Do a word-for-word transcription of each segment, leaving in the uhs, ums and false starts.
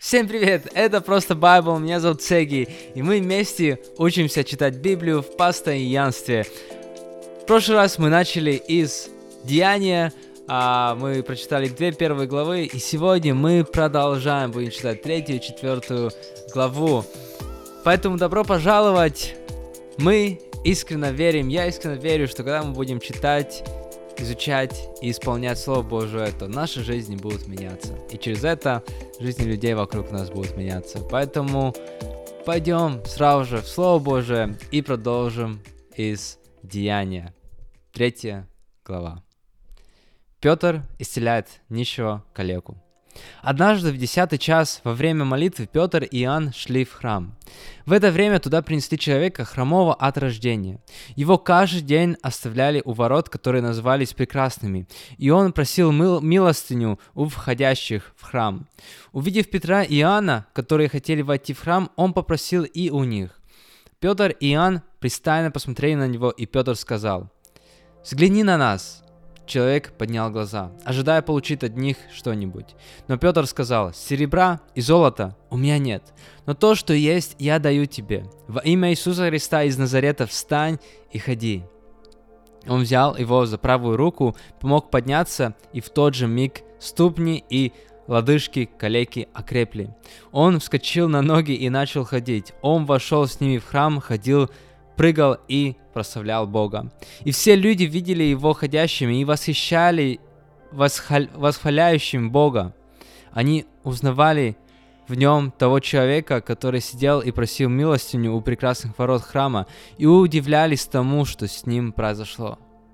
Всем привет! Это просто Bible, меня зовут Сеги, и мы вместе учимся читать Библию в постоянстве. В прошлый раз мы начали из Деяния, а мы прочитали две первые главы, и сегодня мы продолжаем, будем читать третью и четвертую главу. Поэтому добро пожаловать! Мы искренне верим, я искренне верю, что когда мы будем читать, изучать и исполнять Слово Божие, то наши жизни будут меняться. И через это жизни людей вокруг нас будут меняться. Поэтому пойдем сразу же в Слово Божие и продолжим из Деяния. Третья глава. Петр исцеляет нищего калеку. Однажды в десятый час во время молитвы Петр и Иоанн шли в храм. В это время туда принесли человека, хромого от рождения. Его каждый день оставляли у ворот, которые назывались прекрасными, и он просил мил- милостыню у входящих в храм. Увидев Петра и Иоанна, которые хотели войти в храм, он попросил и у них. Петр и Иоанн пристально посмотрели на него, и Петр сказал: «Взгляни на нас». Человек поднял глаза, ожидая получить от них что-нибудь. Но Петр сказал: «Серебра и золота у меня нет, но то, что есть, я даю тебе. Во имя Иисуса Христа из Назарета встань и ходи». Он взял его за правую руку, помог подняться, и в тот же миг ступни и лодыжки калеки окрепли. Он вскочил на ноги и начал ходить. Он вошел с ними в храм, ходил, прыгал и прославлял Бога. И все люди видели его ходящим и восхищали, восхваля, восхваляющим Бога. Они узнавали в нем того человека, который сидел и просил милостыню у прекрасных ворот храма, и удивлялись тому, что с ним произошло.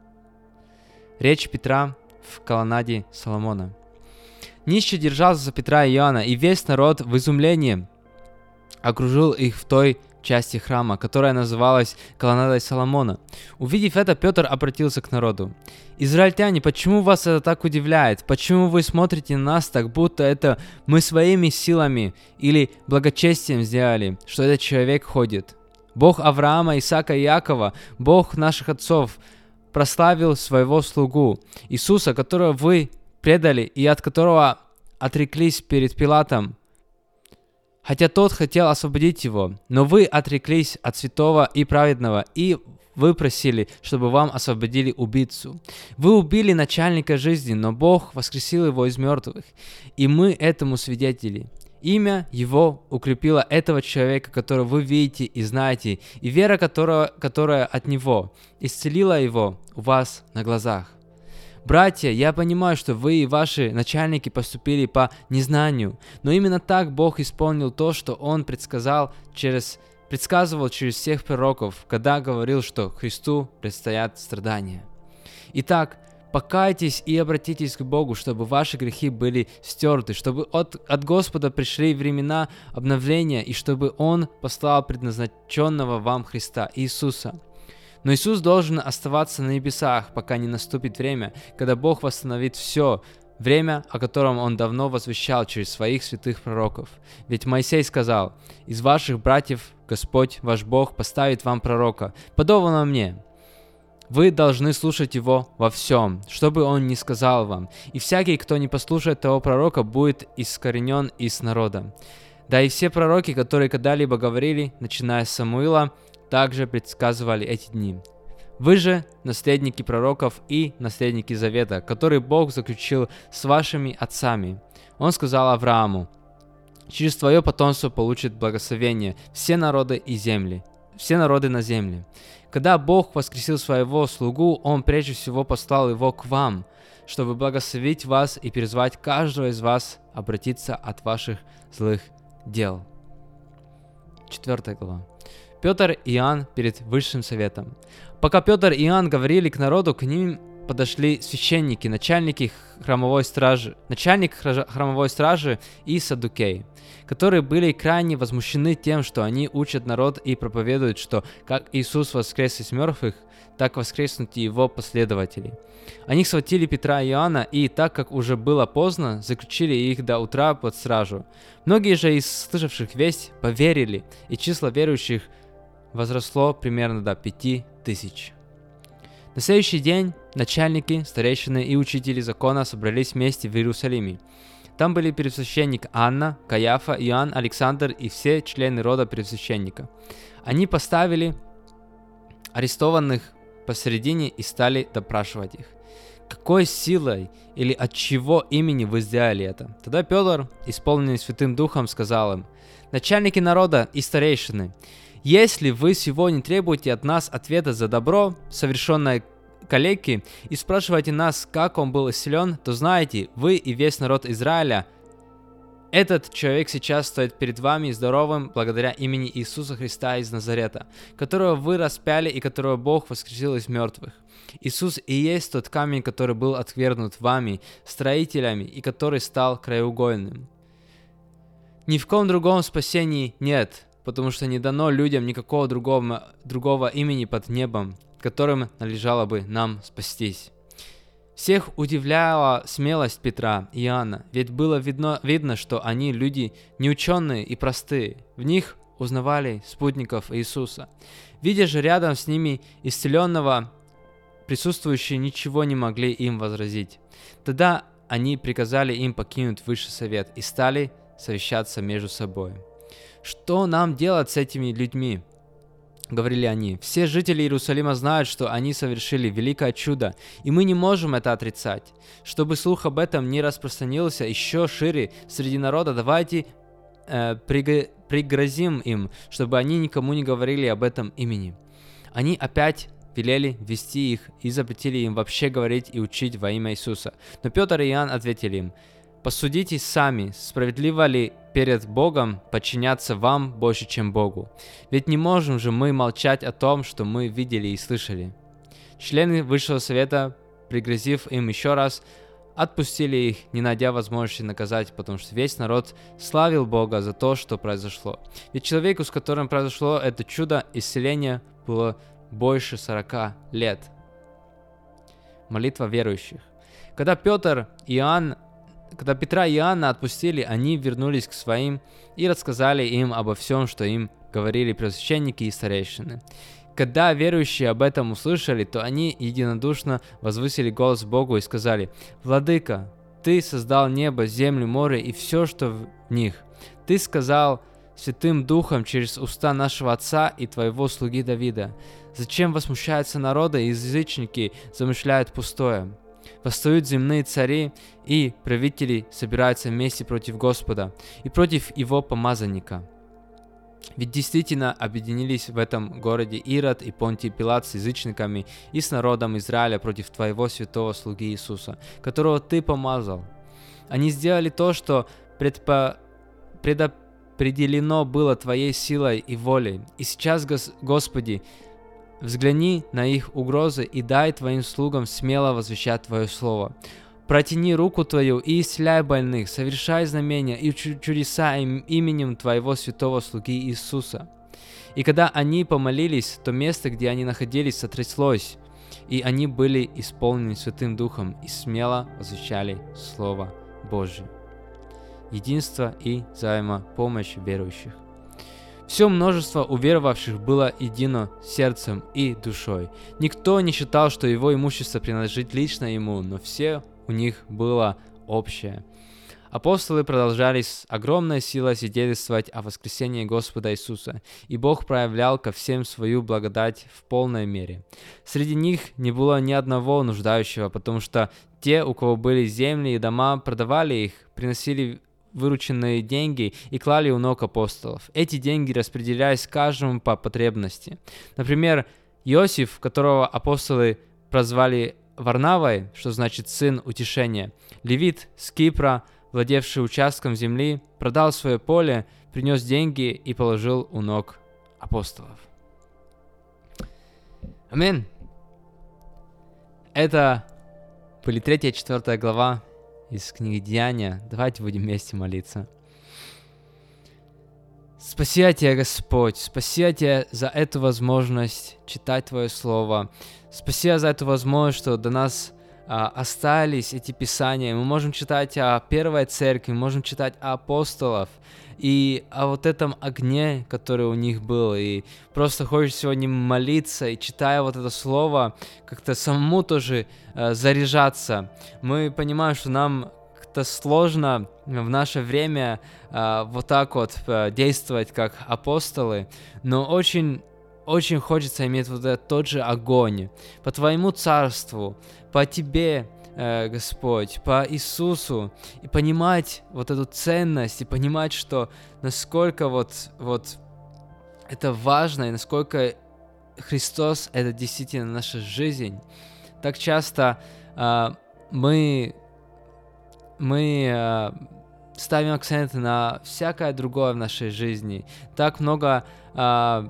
Речь Петра в колоннаде Соломона. Нищий держался за Петра и Иоанна, и весь народ в изумлении окружил их в той части храма, которая называлась колоннадой Соломона. Увидев это, Петр обратился к народу: «Израильтяне, почему вас это так удивляет? Почему вы смотрите на нас так, будто это мы своими силами или благочестием сделали, что этот человек ходит? Бог Авраама, Исаака и Иакова, Бог наших отцов, прославил своего слугу Иисуса, которого вы предали и от которого отреклись перед Пилатом, хотя тот хотел освободить его, но вы отреклись от святого и праведного, и вы просили, чтобы вам освободили убийцу. Вы убили начальника жизни, но Бог воскресил его из мертвых, и мы этому свидетели. Имя его укрепило этого человека, которого вы видите и знаете, и вера, которого, которая от него исцелила его у вас на глазах. Братья, я понимаю, что вы и ваши начальники поступили по незнанию, но именно так Бог исполнил то, что Он предсказал через, предсказывал через всех пророков, когда говорил, что Христу предстоят страдания. Итак, покайтесь и обратитесь к Богу, чтобы ваши грехи были стерты, чтобы от, от Господа пришли времена обновления, и чтобы Он послал предназначенного вам Христа, Иисуса. Но Иисус должен оставаться на небесах, пока не наступит время, когда Бог восстановит все, время, о котором Он давно возвещал через своих святых пророков. Ведь Моисей сказал: «Из ваших братьев Господь, ваш Бог, поставит вам пророка, подобного мне. Вы должны слушать его во всем, что бы он ни сказал вам, и всякий, кто не послушает того пророка, будет искоренен из народа». Да и все пророки, которые когда-либо говорили, начиная с Самуила, также предсказывали эти дни. Вы же наследники пророков и наследники завета, который Бог заключил с вашими отцами. Он сказал Аврааму: «Через твое потомство получат благословение все народы и земли, все народы на земле». Когда Бог воскресил своего слугу, Он прежде всего послал его к вам, чтобы благословить вас и призвать каждого из вас обратиться от ваших злых дел. Четвертая глава. Петр и Иоанн перед Высшим Советом. Пока Петр и Иоанн говорили к народу, к ним подошли священники, начальники храмовой стражи, начальник храмовой стражи и саддукеи, которые были крайне возмущены тем, что они учат народ и проповедуют, что как Иисус воскрес из мертвых, так воскреснут и его последователи. Они схватили Петра и Иоанна и, так как уже было поздно, заключили их до утра под стражу. Многие же из слышавших весть поверили, и число верующих возросло примерно до пяти тысяч. На следующий день начальники, старейшины и учители закона собрались вместе в Иерусалиме. Там были первосвященник Анна, Каяфа, Иоанн, Александр и все члены рода первосвященника. Они поставили арестованных посередине и стали допрашивать их. Какой силой или от чего имени вы сделали это? Тогда Петр, исполненный Святым Духом, сказал им: начальники народа и старейшины, если вы сегодня требуете от нас ответа за добро, совершенное калеки, и спрашиваете нас, как он был исцелен, то знаете, вы и весь народ Израиля, этот человек сейчас стоит перед вами здоровым благодаря имени Иисуса Христа из Назарета, которого вы распяли и которого Бог воскресил из мертвых. Иисус и есть тот камень, который был отвергнут вами, строителями, и который стал краеугольным. Ни в ком другом спасении нет, потому что не дано людям никакого другого, другого имени под небом, которым належало бы нам спастись. Всех удивляла смелость Петра и Иоанна, ведь было видно, видно, что они люди неученые и простые. В них узнавали спутников Иисуса. Видя же рядом с ними исцеленного, присутствующие ничего не могли им возразить. Тогда они приказали им покинуть высший совет и стали совещаться между собой. «Что нам делать с этими людьми?» — говорили они. «Все жители Иерусалима знают, что они совершили великое чудо, и мы не можем это отрицать. Чтобы слух об этом не распространился еще шире среди народа, давайте э, приг... пригрозим им, чтобы они никому не говорили об этом имени». Они опять велели вести их и запретили им вообще говорить и учить во имя Иисуса. Но Петр и Иоанн ответили им: «Посудите сами, справедливо ли перед Богом подчиняться вам больше, чем Богу? Ведь не можем же мы молчать о том, что мы видели и слышали». Члены Высшего Совета, пригрозив им еще раз, отпустили их, не найдя возможности наказать, потому что весь народ славил Бога за то, что произошло. Ведь человеку, с которым произошло это чудо исцеления, было больше сорока лет. Молитва верующих. Когда Петр и Иоанн Когда Петра и Иоанна отпустили, они вернулись к своим и рассказали им обо всем, что им говорили первосвященники и старейшины. Когда верующие об этом услышали, то они единодушно возвысили голос Богу и сказали: «Владыка, Ты создал небо, землю, море и все, что в них. Ты сказал Святым Духом через уста нашего отца и Твоего слуги Давида. Зачем возмущаются народы и язычники замышляют пустое? Восстают земные цари и правители собираются вместе против Господа и против Его помазанника. Ведь действительно объединились в этом городе Ирод и Понтий Пилат с язычниками и с народом Израиля против Твоего святого слуги Иисуса, которого Ты помазал. Они сделали то, что предпо... предопределено было Твоей силой и волей. И сейчас, Гос... Господи, взгляни на их угрозы и дай Твоим слугам смело возвещать Твое Слово. Протяни руку Твою и исцеляй больных, совершай знамения и чудеса именем Твоего святого слуги Иисуса». И когда они помолились, то место, где они находились, сотряслось, и они были исполнены Святым Духом и смело возвещали Слово Божие. Единство и взаимопомощь верующих. Все множество уверовавших было едино сердцем и душой. Никто не считал, что его имущество принадлежит лично ему, но все у них было общее. Апостолы продолжали с огромной силой свидетельствовать о воскресении Господа Иисуса, и Бог проявлял ко всем свою благодать в полной мере. Среди них не было ни одного нуждающего, потому что те, у кого были земли и дома, продавали их, приносили вырученные деньги и клали у ног апостолов. Эти деньги распределялись каждому по потребности. Например, Иосиф, которого апостолы прозвали Варнавой, что значит «сын утешения», левит с Кипра, владевший участком земли, продал свое поле, принес деньги и положил у ног апостолов. Аминь. Это были третья и четвертая глава из книги Деяния. Давайте будем вместе молиться. Спасибо Тебе, Господь, спасибо Тебе за эту возможность читать Твое Слово. Спасибо за эту возможность, что до нас а, остались эти писания. Мы можем читать о первой церкви, мы можем читать о апостолах и о вот этом огне, который у них был. И просто хочешь сегодня молиться и, читая вот это Слово, как-то самому тоже а, заряжаться. Мы понимаем, что нам это сложно в наше время э, вот так вот э, действовать, как апостолы, но очень, очень хочется иметь вот этот тот же огонь по Твоему царству, по Тебе, э, Господь, по Иисусу, и понимать вот эту ценность, и понимать, что насколько вот, вот это важно, и насколько Христос — это действительно наша жизнь. Так часто э, мы, мы э, ставим акценты на всякое другое в нашей жизни. Так много э,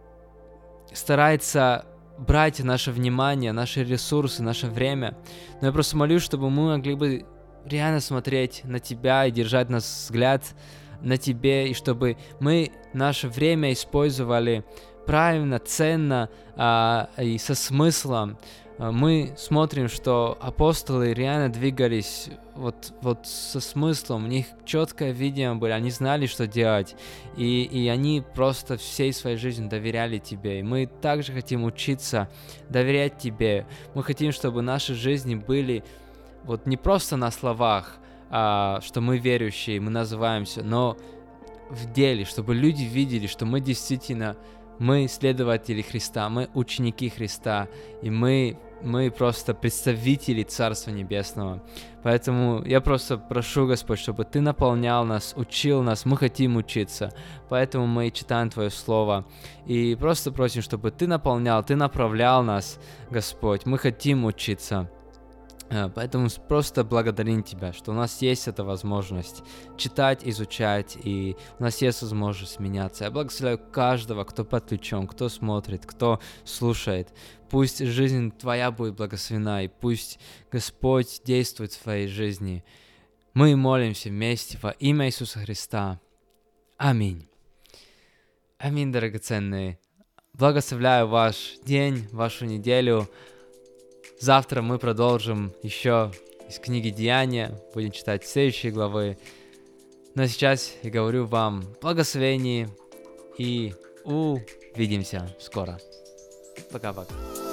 старается брать наше внимание, наши ресурсы, наше время. Но я просто молюсь, чтобы мы могли бы реально смотреть на Тебя и держать наш взгляд на Тебе, и чтобы мы наше время использовали правильно, ценно а, и со смыслом. Мы смотрим, что апостолы реально двигались вот, вот со смыслом, у них четкое видение было, они знали, что делать, и, и они просто всей своей жизнью доверяли Тебе. И мы также хотим учиться доверять Тебе. Мы хотим, чтобы наши жизни были вот не просто на словах, а, что мы верующие, мы называемся, но в деле, чтобы люди видели, что мы действительно мы следователи Христа, мы ученики Христа, и мы, мы просто представители Царства Небесного. Поэтому я просто прошу, Господь, чтобы Ты наполнял нас, учил нас, мы хотим учиться. Поэтому мы читаем Твое Слово. И просто просим, чтобы Ты наполнял, Ты направлял нас, Господь. Мы хотим учиться. Поэтому просто благодарим Тебя, что у нас есть эта возможность читать, изучать, и у нас есть возможность меняться. Я благословляю каждого, кто подключен, кто смотрит, кто слушает. Пусть жизнь Твоя будет благословена, и пусть Господь действует в Твоей жизни. Мы молимся вместе во имя Иисуса Христа. Аминь. Аминь, драгоценные. Благословляю ваш день, вашу неделю. Завтра мы продолжим еще из книги Деяния, будем читать следующие главы. Но сейчас я говорю вам благословений и увидимся скоро. Пока-пока.